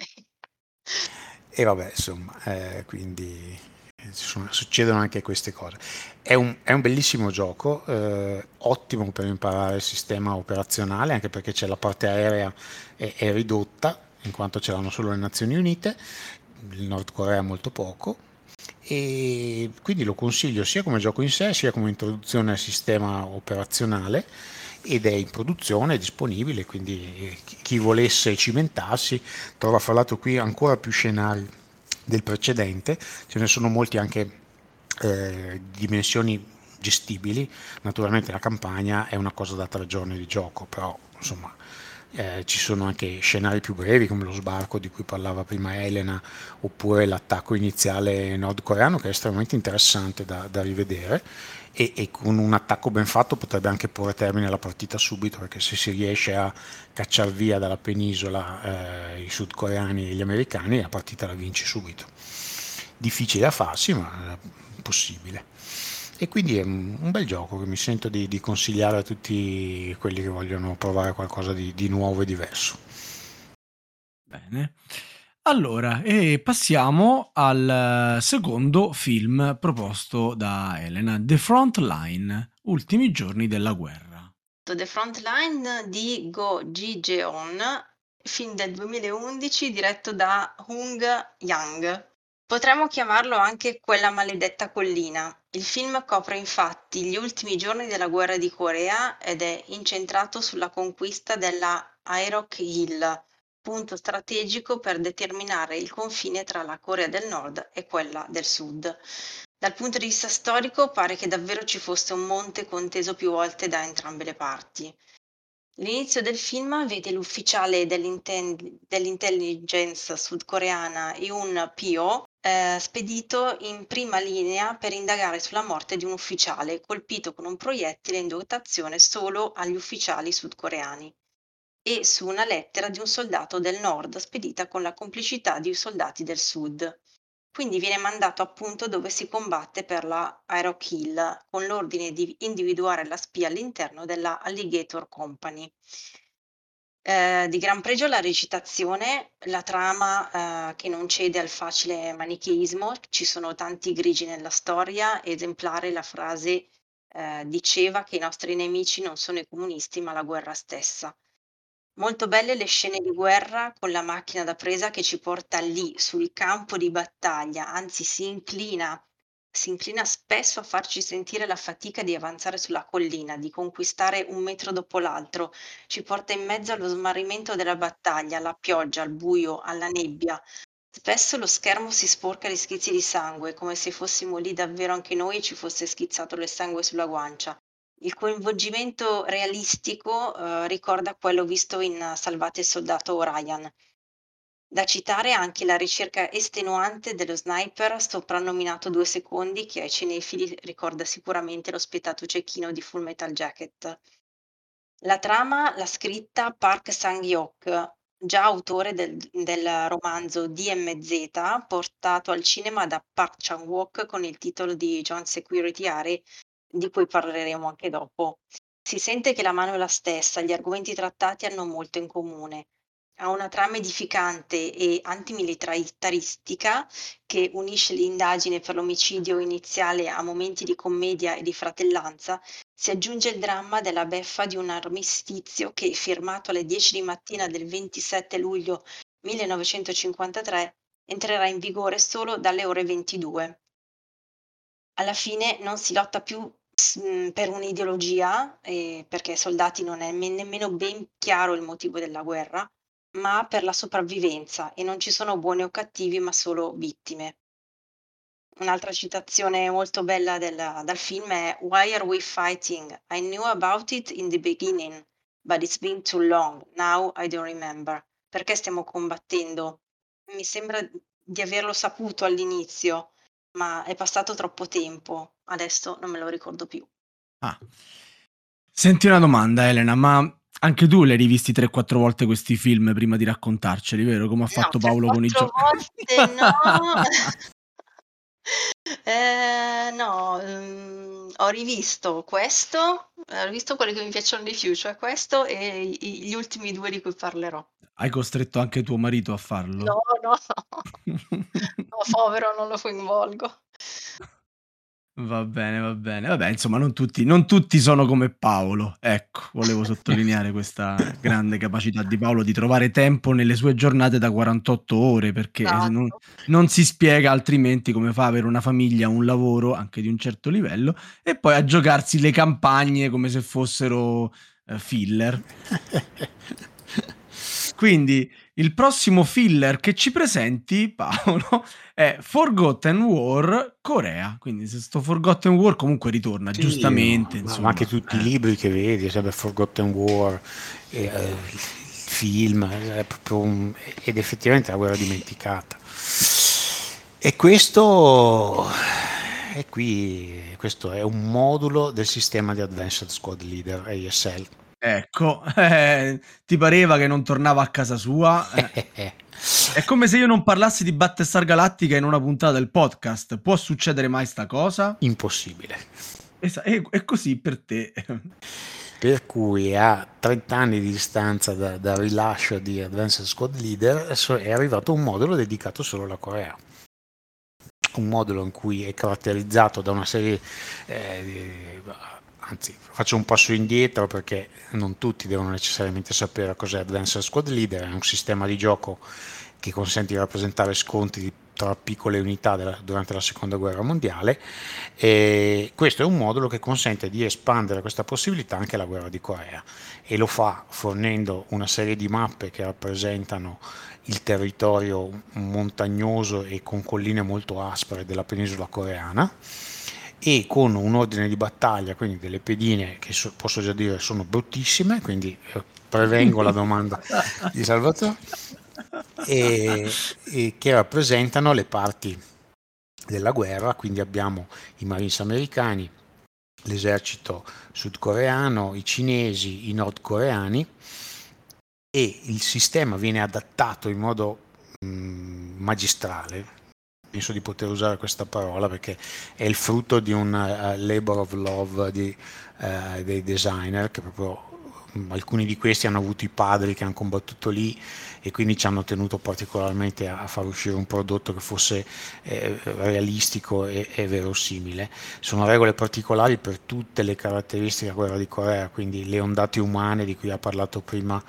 E vabbè, insomma, quindi succedono anche queste cose. È un bellissimo gioco, ottimo per imparare il sistema operazionale, anche perché c'è la parte aerea è ridotta, in quanto ce l'hanno solo le Nazioni Unite, il Nord Corea molto poco, e quindi lo consiglio sia come gioco in sé, sia come introduzione al sistema operazionale, ed è in produzione, è disponibile, quindi chi volesse cimentarsi trova fra l'altro qui ancora più scenari del precedente, ce ne sono molti anche dimensioni gestibili. Naturalmente la campagna è una cosa da 3 giorni di gioco, però insomma Ci sono anche scenari più brevi come lo sbarco di cui parlava prima Elena, oppure l'attacco iniziale nordcoreano, che è estremamente interessante da rivedere, e con un attacco ben fatto potrebbe anche porre termine alla partita subito, perché se si riesce a cacciar via dalla penisola i sudcoreani e gli americani, la partita la vinci subito. Difficile da farsi, ma possibile. E quindi è un bel gioco che mi sento di consigliare a tutti quelli che vogliono provare qualcosa di nuovo e diverso. Bene. Allora, passiamo al secondo film proposto da Elena, The Front Line, Ultimi giorni della guerra. The Front Line di Go Ji-jeon, film del 2011 diretto da Hung Yang. Potremmo chiamarlo anche Quella maledetta collina. Il film copre infatti gli ultimi giorni della guerra di Corea ed è incentrato sulla conquista della Aerok Hill, punto strategico per determinare il confine tra la Corea del Nord e quella del Sud. Dal punto di vista storico pare che davvero ci fosse un monte conteso più volte da entrambe le parti. L'inizio del film vede l'ufficiale dell'intelligence sudcoreana Yoon Pyo spedito in prima linea per indagare sulla morte di un ufficiale colpito con un proiettile in dotazione solo agli ufficiali sudcoreani, e su una lettera di un soldato del nord spedita con la complicità di soldati del sud. Quindi viene mandato appunto dove si combatte per la Aerok Hill, con l'ordine di individuare la spia all'interno della Alligator Company. Di gran pregio la recitazione, la trama che non cede al facile manicheismo, ci sono tanti grigi nella storia, esemplare la frase diceva che i nostri nemici non sono i comunisti ma la guerra stessa. Molto belle le scene di guerra con la macchina da presa che ci porta lì, sul campo di battaglia, anzi si inclina spesso a farci sentire la fatica di avanzare sulla collina, di conquistare un metro dopo l'altro, ci porta in mezzo allo smarrimento della battaglia, alla pioggia, al buio, alla nebbia. Spesso lo schermo si sporca di schizzi di sangue, come se fossimo lì davvero anche noi e ci fosse schizzato del sangue sulla guancia. Il coinvolgimento realistico ricorda quello visto in Salvate il soldato Ryan. Da citare anche la ricerca estenuante dello sniper soprannominato 2 secondi, che ai cinefili ricorda sicuramente lo spietato cecchino di Full Metal Jacket. La trama l'ha scritta Park Sang-hyuk, già autore del romanzo DMZ, portato al cinema da Park Chan-wook con il titolo di Joint Security Array, di cui parleremo anche dopo. Si sente che la mano è la stessa, gli argomenti trattati hanno molto in comune. Ha una trama edificante e antimilitaristica che unisce l'indagine per l'omicidio iniziale a momenti di commedia e di fratellanza. Si aggiunge il dramma della beffa di un armistizio che, firmato alle 10 di mattina del 27 luglio 1953, entrerà in vigore solo dalle ore 22. Alla fine non si lotta più per un'ideologia, perché ai soldati non è nemmeno ben chiaro il motivo della guerra, ma per la sopravvivenza, e non ci sono buoni o cattivi, ma solo vittime. Un'altra citazione molto bella dal film è "Why are we fighting? I knew about it in the beginning, but it's been too long. Now I don't remember." Perché stiamo combattendo? Mi sembra di averlo saputo all'inizio, ma è passato troppo tempo. Adesso non me lo ricordo più. Senti una domanda, Elena, ma anche tu li hai rivisti 3-4 volte questi film prima di raccontarceli, vero? Come ha fatto Paolo con i giochi? 3-4 volte no, ho rivisto questo, ho rivisto quelli che mi piacciono di più, cioè questo e gli ultimi 2 di cui parlerò. Hai costretto anche tuo marito a farlo? No. No, povero, non lo coinvolgo. Va bene. Vabbè, insomma, non tutti sono come Paolo. Ecco, volevo sottolineare questa grande capacità di Paolo di trovare tempo nelle sue giornate da 48 ore, perché Esatto. non si spiega altrimenti come fa avere una famiglia, un lavoro anche di un certo livello, e poi a giocarsi le campagne come se fossero filler. Quindi il prossimo filler che ci presenti, Paolo, è Forgotten War Corea. Quindi se sto Forgotten War comunque ritorna, Sì, giustamente. ma Insomma, anche tutti i libri che vedi, sempre Forgotten War, il film, ed effettivamente è una guerra dimenticata. E questo è un modulo del sistema di Advanced Squad Leader ASL. Ecco, ti pareva che non tornava a casa sua? È come se io non parlassi di Battlestar Galactica in una puntata del podcast. Può succedere mai sta cosa? Impossibile. È così per te. Per cui a 30 anni di distanza dal rilascio di Advanced Squad Leader è arrivato un modulo dedicato solo alla Corea. Un modulo in cui è caratterizzato da una serie anzi, faccio un passo indietro perché non tutti devono necessariamente sapere cos'è Advanced Squad Leader. È un sistema di gioco che consente di rappresentare scontri tra piccole unità durante la seconda guerra mondiale, e questo è un modulo che consente di espandere questa possibilità anche alla guerra di Corea, e lo fa fornendo una serie di mappe che rappresentano il territorio montagnoso e con colline molto aspre della penisola coreana, e con un ordine di battaglia, quindi delle pedine che posso già dire sono bruttissime, quindi prevengo la domanda di Salvatore, e che rappresentano le parti della guerra. Quindi abbiamo i Marines americani, l'esercito sudcoreano, i cinesi, i nordcoreani, e il sistema viene adattato in modo magistrale. Penso di poter usare questa parola perché è il frutto di un labor of love dei designer, che proprio alcuni di questi hanno avuto i padri che hanno combattuto lì, e quindi ci hanno tenuto particolarmente a far uscire un prodotto che fosse realistico e verosimile. Sono regole particolari per tutte le caratteristiche della guerra di Corea, quindi le ondate umane di cui ha parlato prima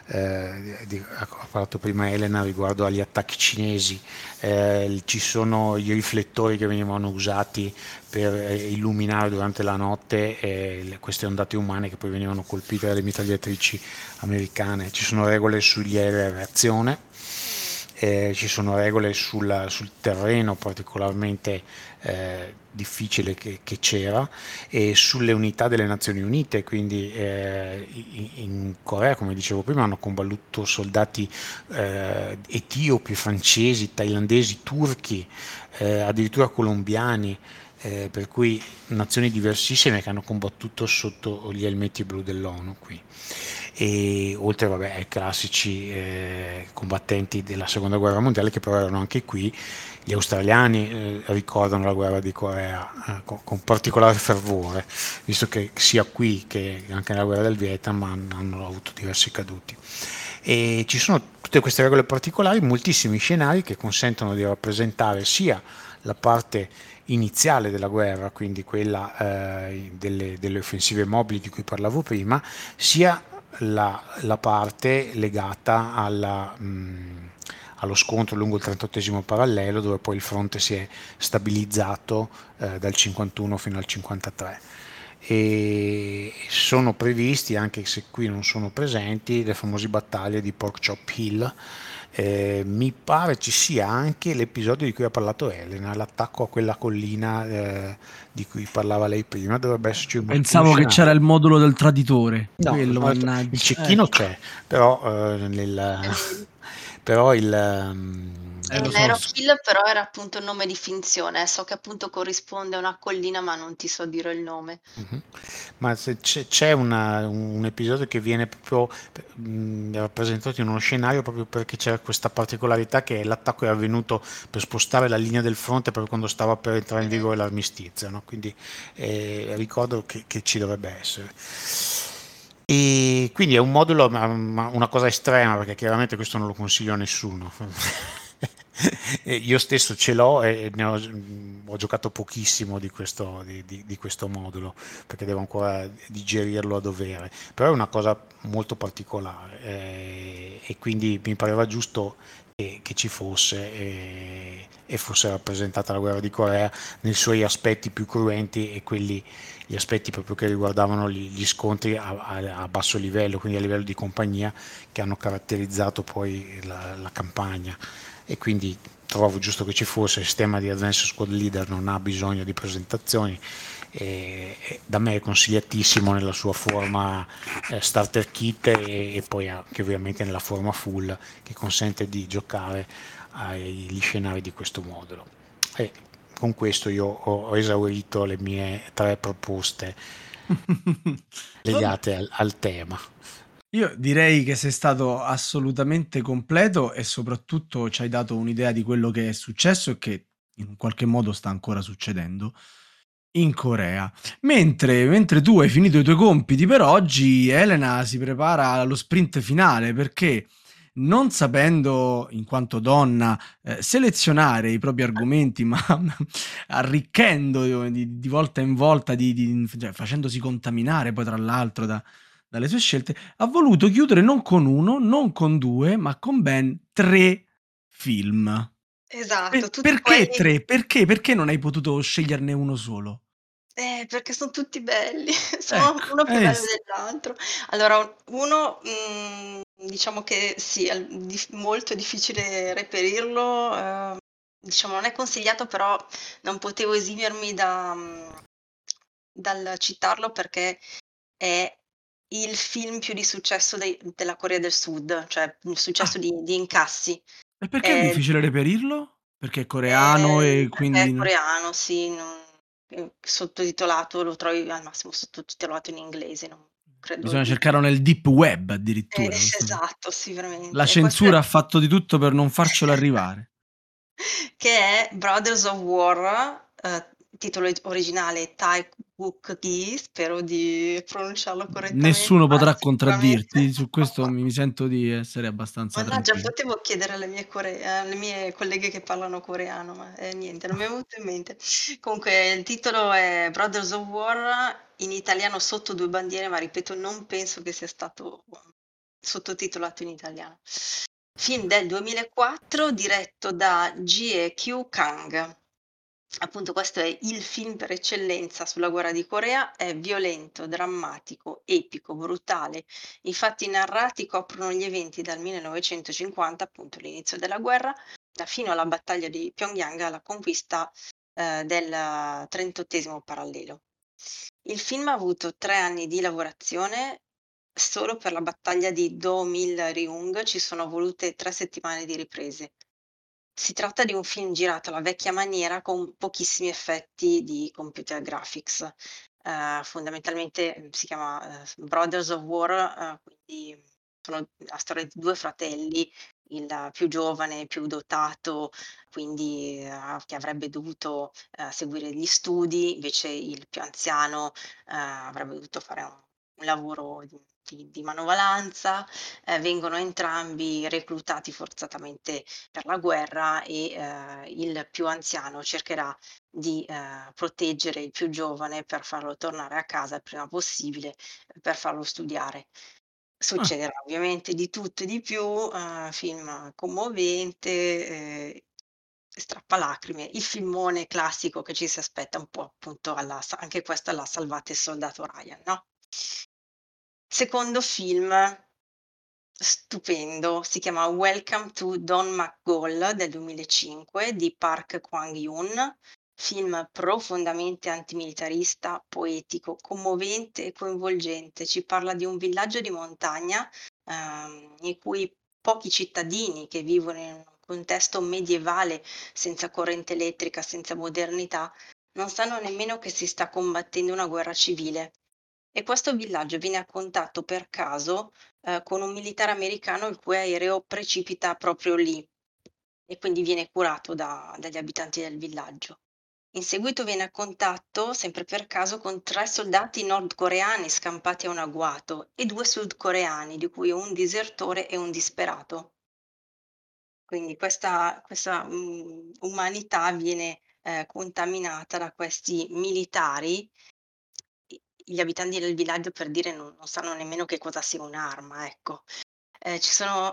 Elena riguardo agli attacchi cinesi. Ci sono i riflettori che venivano usati per illuminare durante la notte queste ondate umane che poi venivano colpite dalle mitragliatrici americane. Ci sono regole sugli aerei a reazione, ci sono regole sul terreno particolarmente difficile che c'era, e sulle unità delle Nazioni Unite. Quindi in Corea, come dicevo prima, hanno combattuto soldati etiopi, francesi, thailandesi, turchi, addirittura colombiani, per cui nazioni diversissime che hanno combattuto sotto gli elmetti blu dell'ONU qui. E oltre ai classici combattenti della seconda guerra mondiale, che però erano anche qui. Gli australiani ricordano la guerra di Corea con particolare fervore, visto che sia qui che anche nella guerra del Vietnam hanno avuto diversi caduti. E ci sono tutte queste regole particolari, moltissimi scenari che consentono di rappresentare sia la parte iniziale della guerra, quindi quella delle offensive mobili di cui parlavo prima, sia la parte legata allo scontro lungo il 38° parallelo, dove poi il fronte si è stabilizzato dal 51 fino al 53. E sono previsti, anche se qui non sono presenti, le famose battaglie di Pork Chop Hill. Mi pare ci sia anche l'episodio di cui ha parlato Elena, l'attacco a quella collina di cui parlava lei prima. Dovrebbe esserci Pensavo che c'era il modulo del traditore. No, quello, il cecchino c'è, però l'Aerokill però era appunto il nome di finzione. So che appunto corrisponde a una collina, ma non ti so dire il nome. Ma se c'è un episodio che viene proprio rappresentato in uno scenario, proprio perché c'era questa particolarità che l'attacco è avvenuto per spostare la linea del fronte proprio quando stava per entrare in vigore l'armistizio, no? Quindi ricordo che ci dovrebbe essere. E quindi è un modulo, una cosa estrema, perché chiaramente questo non lo consiglio a nessuno. Io stesso ce l'ho e ho giocato pochissimo di questo modulo, perché devo ancora digerirlo a dovere, però è una cosa molto particolare, e quindi mi pareva giusto che ci fosse e fosse rappresentata la guerra di Corea nei suoi aspetti più cruenti, e gli aspetti proprio che riguardavano gli scontri a basso livello, quindi a livello di compagnia, che hanno caratterizzato poi la campagna. E quindi trovo giusto che ci fosse. Il sistema di Advanced Squad Leader non ha bisogno di presentazioni, e da me è consigliatissimo nella sua forma starter kit e poi anche ovviamente nella forma full, che consente di giocare agli scenari di questo modulo. E con questo io ho esaurito le mie 3 proposte legate al tema. Io direi che sei stato assolutamente completo e soprattutto ci hai dato un'idea di quello che è successo e che in qualche modo sta ancora succedendo in Corea. Mentre tu hai finito i tuoi compiti per oggi, Elena si prepara allo sprint finale perché non sapendo, in quanto donna, selezionare i propri argomenti, ma arricchendo di volta in volta, cioè, facendosi contaminare poi tra l'altro dalle sue scelte, ha voluto chiudere non con 1, non con 2, ma con ben 3 film. Esatto, tutti Perché quelli 3? Perché non hai potuto sceglierne uno solo? perché son tutti belli, sono Ecco, uno più hai bello visto? dell'altro. Allora, uno, diciamo che sì, è molto difficile reperirlo, diciamo non è consigliato, però non potevo esimermi dal citarlo perché è il film più di successo della Corea del Sud, cioè il Ah, successo di incassi. e perché è Ehm difficile reperirlo? Perché è coreano e Perché è quindi coreano, sì, sottotitolato lo trovi al massimo sottotitolato in inglese, non credo bisogna di cercarlo nel deep web addirittura. esatto, sì, La veramente. E questo è censura ha fatto di tutto per non farcelo arrivare. che è Brothers of War, titolo originale Taek-wook Gi, spero di pronunciarlo correttamente, Nessuno ma potrà sicuramente contraddirti, su questo mi sento di essere abbastanza mannaggia, tranquillo. potevo chiedere alle mie colleghe che parlano coreano, ma, niente, non mi è venuto in mente. Comunque il titolo è Brothers of War, in italiano Sotto due bandiere, ma ripeto, non penso che sia stato sottotitolato in italiano. Film del 2004 diretto da Jie Kyu-kang. Appunto, questo è il film per eccellenza sulla guerra di Corea, è violento, drammatico, epico, brutale. I fatti narrati coprono gli eventi dal 1950, appunto l'inizio della guerra, fino alla battaglia di Pyongyang, alla conquista del 38° parallelo. Il film ha avuto 3 anni di lavorazione, solo per la battaglia di Do Mil-ryung ci sono volute 3 settimane di riprese. Si tratta di un film girato alla vecchia maniera con pochissimi effetti di computer graphics. Fondamentalmente, si chiama, Brothers of War, quindi sono la storia di 2 fratelli, il più giovane, più dotato, quindi, che avrebbe dovuto, seguire gli studi, invece il più anziano, avrebbe dovuto fare un lavoro di manovalanza. Vengono entrambi reclutati forzatamente per la guerra e, il più anziano cercherà di, proteggere il più giovane per farlo tornare a casa il prima possibile, per farlo studiare. Ah, Succederà ovviamente di tutto e di più, film commovente, strappalacrime, il filmone classico che ci si aspetta un po' appunto anche questo alla Salvate il soldato Ryan, no. Secondo film stupendo, si chiama Welcome to Don McGall del 2005 di Park Kwang-yoon, film profondamente antimilitarista, poetico, commovente e coinvolgente. Ci parla di un villaggio di montagna, in cui pochi cittadini che vivono in un contesto medievale, senza corrente elettrica, senza modernità, non sanno nemmeno che si sta combattendo una guerra civile. E questo villaggio viene a contatto per caso con un militare americano il cui aereo precipita proprio lì e quindi viene curato dagli abitanti del villaggio. In seguito viene a contatto, sempre per caso, con 3 soldati nordcoreani scampati a un agguato e 2 sudcoreani, di cui un disertore e un disperato. Quindi questa umanità viene, contaminata da questi militari. Gli abitanti del villaggio, per dire, non sanno nemmeno che cosa sia un'arma, ecco. Ci sono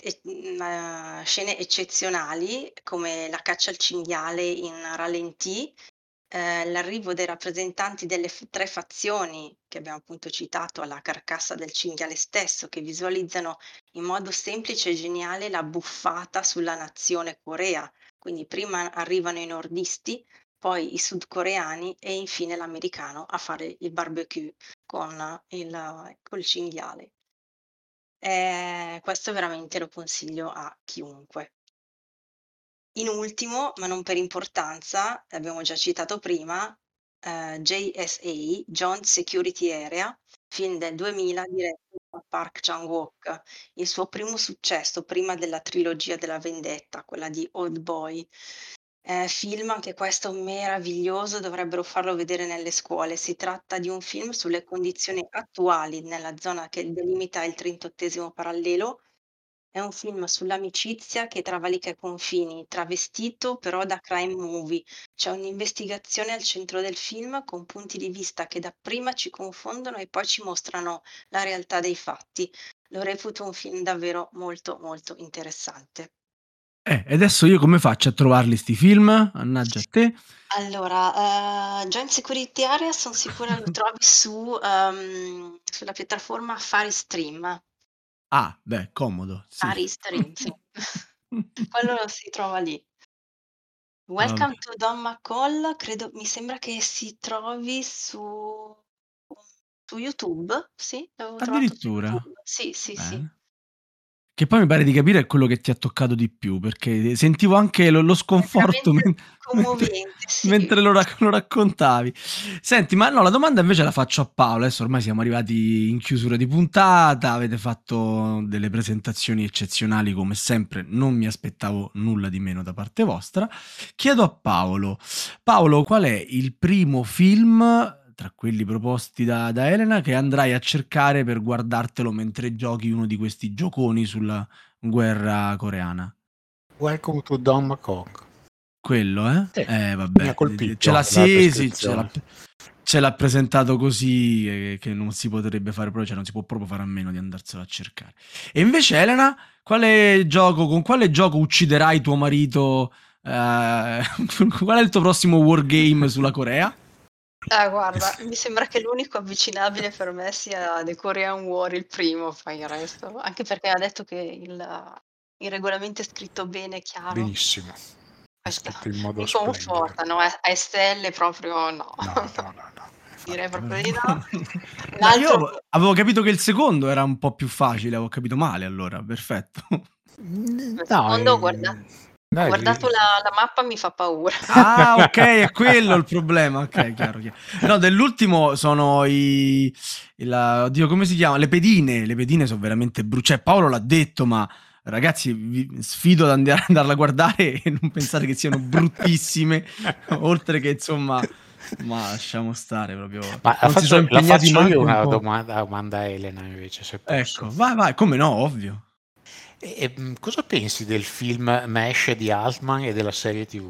scene eccezionali, come la caccia al cinghiale in ralentì, l'arrivo dei rappresentanti delle 3 fazioni che abbiamo appunto citato alla carcassa del cinghiale stesso, che visualizzano in modo semplice e geniale la buffata sulla nazione Corea. Quindi prima arrivano i nordisti, poi i sudcoreani e infine l'americano a fare il barbecue col cinghiale. Questo veramente lo consiglio a chiunque. In ultimo, ma non per importanza, l'abbiamo già citato prima, JSA, Joint Security Area, film del 2000 diretto da Park Chan-wook, il suo primo successo prima della trilogia della vendetta, quella di Old Boy. Film anche questo meraviglioso, dovrebbero farlo vedere nelle scuole. Si tratta di un film sulle condizioni attuali nella zona che delimita il 38° parallelo. È un film sull'amicizia che travalica i confini, travestito però da crime movie. C'è un'investigazione al centro del film con punti di vista che dapprima ci confondono e poi ci mostrano la realtà dei fatti. Lo reputo un film davvero molto molto interessante. E adesso io come faccio a trovarli sti film? Mannaggia a te. Allora, Joint Security Area sono sicura lo trovi sulla piattaforma Fari Stream. Ah, beh, comodo. Sì. Fari Stream, sì. Quello si trova lì. Welcome Vabbè. to Don McCall, mi sembra che si trovi su YouTube, sì? L'avevo trovato su Addirittura. YouTube. Sì, sì, sì. Bene. Che poi mi pare di capire è quello che ti ha toccato di più, perché sentivo anche lo È sconforto veramente commovente, sì. mentre lo raccontavi. Senti, ma no, la domanda invece la faccio a Paolo. Adesso ormai siamo arrivati in chiusura di puntata, avete fatto delle presentazioni eccezionali come sempre, non mi aspettavo nulla di meno da parte vostra. Chiedo a Paolo, qual è il primo film tra quelli proposti da Elena che andrai a cercare per guardartelo mentre giochi uno di questi gioconi sulla guerra coreana? Welcome to Don McCall. Quello, eh? Sì, mi Vabbè, ha colpito ce l'ha, la sì, descrizione. ce l'ha presentato così che non si potrebbe fare proprio, cioè non si può proprio fare a meno di andarselo a cercare. E invece Elena, con quale gioco ucciderai tuo marito? Qual è il tuo prossimo wargame sulla Corea? Guarda, mi sembra che l'unico avvicinabile per me sia The Korean War, il primo, poi il resto, anche perché ha detto che il regolamento è scritto bene, chiaro. Benissimo. È Questo scritto in modo mi splendido. conforta, no? A SL proprio no. No. Direi proprio di no. Ma L'altro, io avevo capito che il secondo era un po' più facile, avevo capito male allora, perfetto. il secondo, ho guardato la mappa, mi fa paura. Ah, ok, è quello il problema. Ok, chiaro. No, dell'ultimo sono oddio, come si chiama? Le pedine. Le pedine sono veramente brutte. Cioè, Paolo l'ha detto, ma ragazzi, vi sfido ad andarla a guardare e non pensare che siano bruttissime. Oltre che, insomma, ma lasciamo stare proprio. Ma non si sono impegnati faccio io manco una un po'. domanda a Elena invece, se posso. Ecco, vai, come no, ovvio. Cosa pensi del film Mesh di Altman e della serie TV?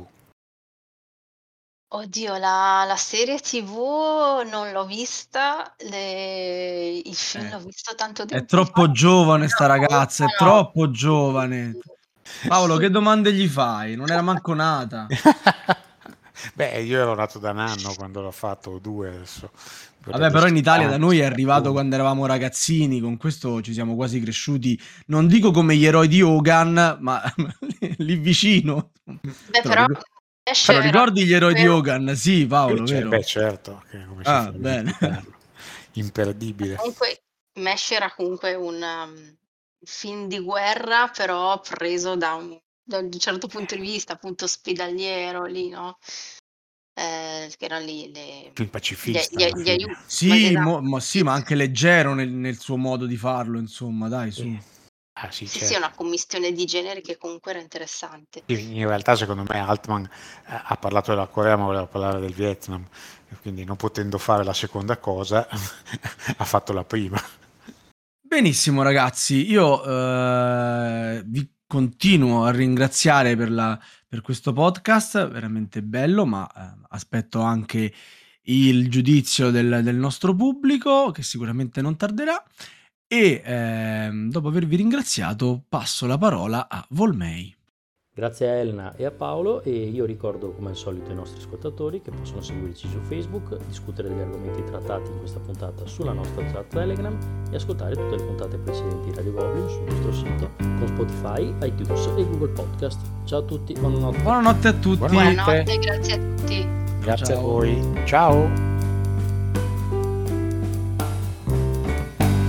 Oddio, la serie TV non l'ho vista, il film l'ho visto tanto tempo È troppo fa. giovane sta No, ragazza, è no. troppo giovane. Paolo, Sì. che domande gli fai? Non era manco nata. Beh, io ero nato da un anno quando l'ho fatto, o 2 adesso. Vabbè, però in Italia da noi è arrivato appunto quando eravamo ragazzini, con questo ci siamo quasi cresciuti, non dico come gli eroi di Hogan, ma lì vicino. Beh, però Te lo ricordi gli eroi di Hogan? Sì, Paolo, vero? Beh, certo. Come si fa a bene. dimenticarlo? Imperdibile. Comunque, Mesh era comunque un film di guerra, però preso da un certo punto di vista, appunto, ospedaliero, lì, no? Che erano lì Film pacifista. gli aiuti. Sì, Esatto. sì, ma anche leggero nel suo modo di farlo, insomma, dai, su. Sì, Sì, certo. sì, è una commistione di generi che comunque era interessante. In realtà, secondo me, Altman ha parlato della Corea, ma voleva parlare del Vietnam, quindi non potendo fare la seconda cosa, ha fatto la prima. Benissimo, ragazzi, io vi continuo a ringraziare per questo podcast, veramente bello, ma aspetto anche il giudizio del nostro pubblico, che sicuramente non tarderà. E dopo avervi ringraziato, passo la parola a Volmei. Grazie a Elena e a Paolo, e io ricordo come al solito ai nostri ascoltatori che possono seguirci su Facebook, discutere degli argomenti trattati in questa puntata sulla nostra chat Telegram e ascoltare tutte le puntate precedenti di Radio Goblin sul nostro sito con Spotify, iTunes e Google Podcast. Ciao a tutti, buonanotte. Buonanotte a tutti. Buonanotte, grazie a tutti. Grazie Ciao. a voi. Ciao.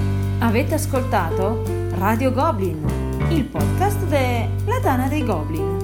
Avete ascoltato Radio Goblin, il podcast della Tana dei Goblin.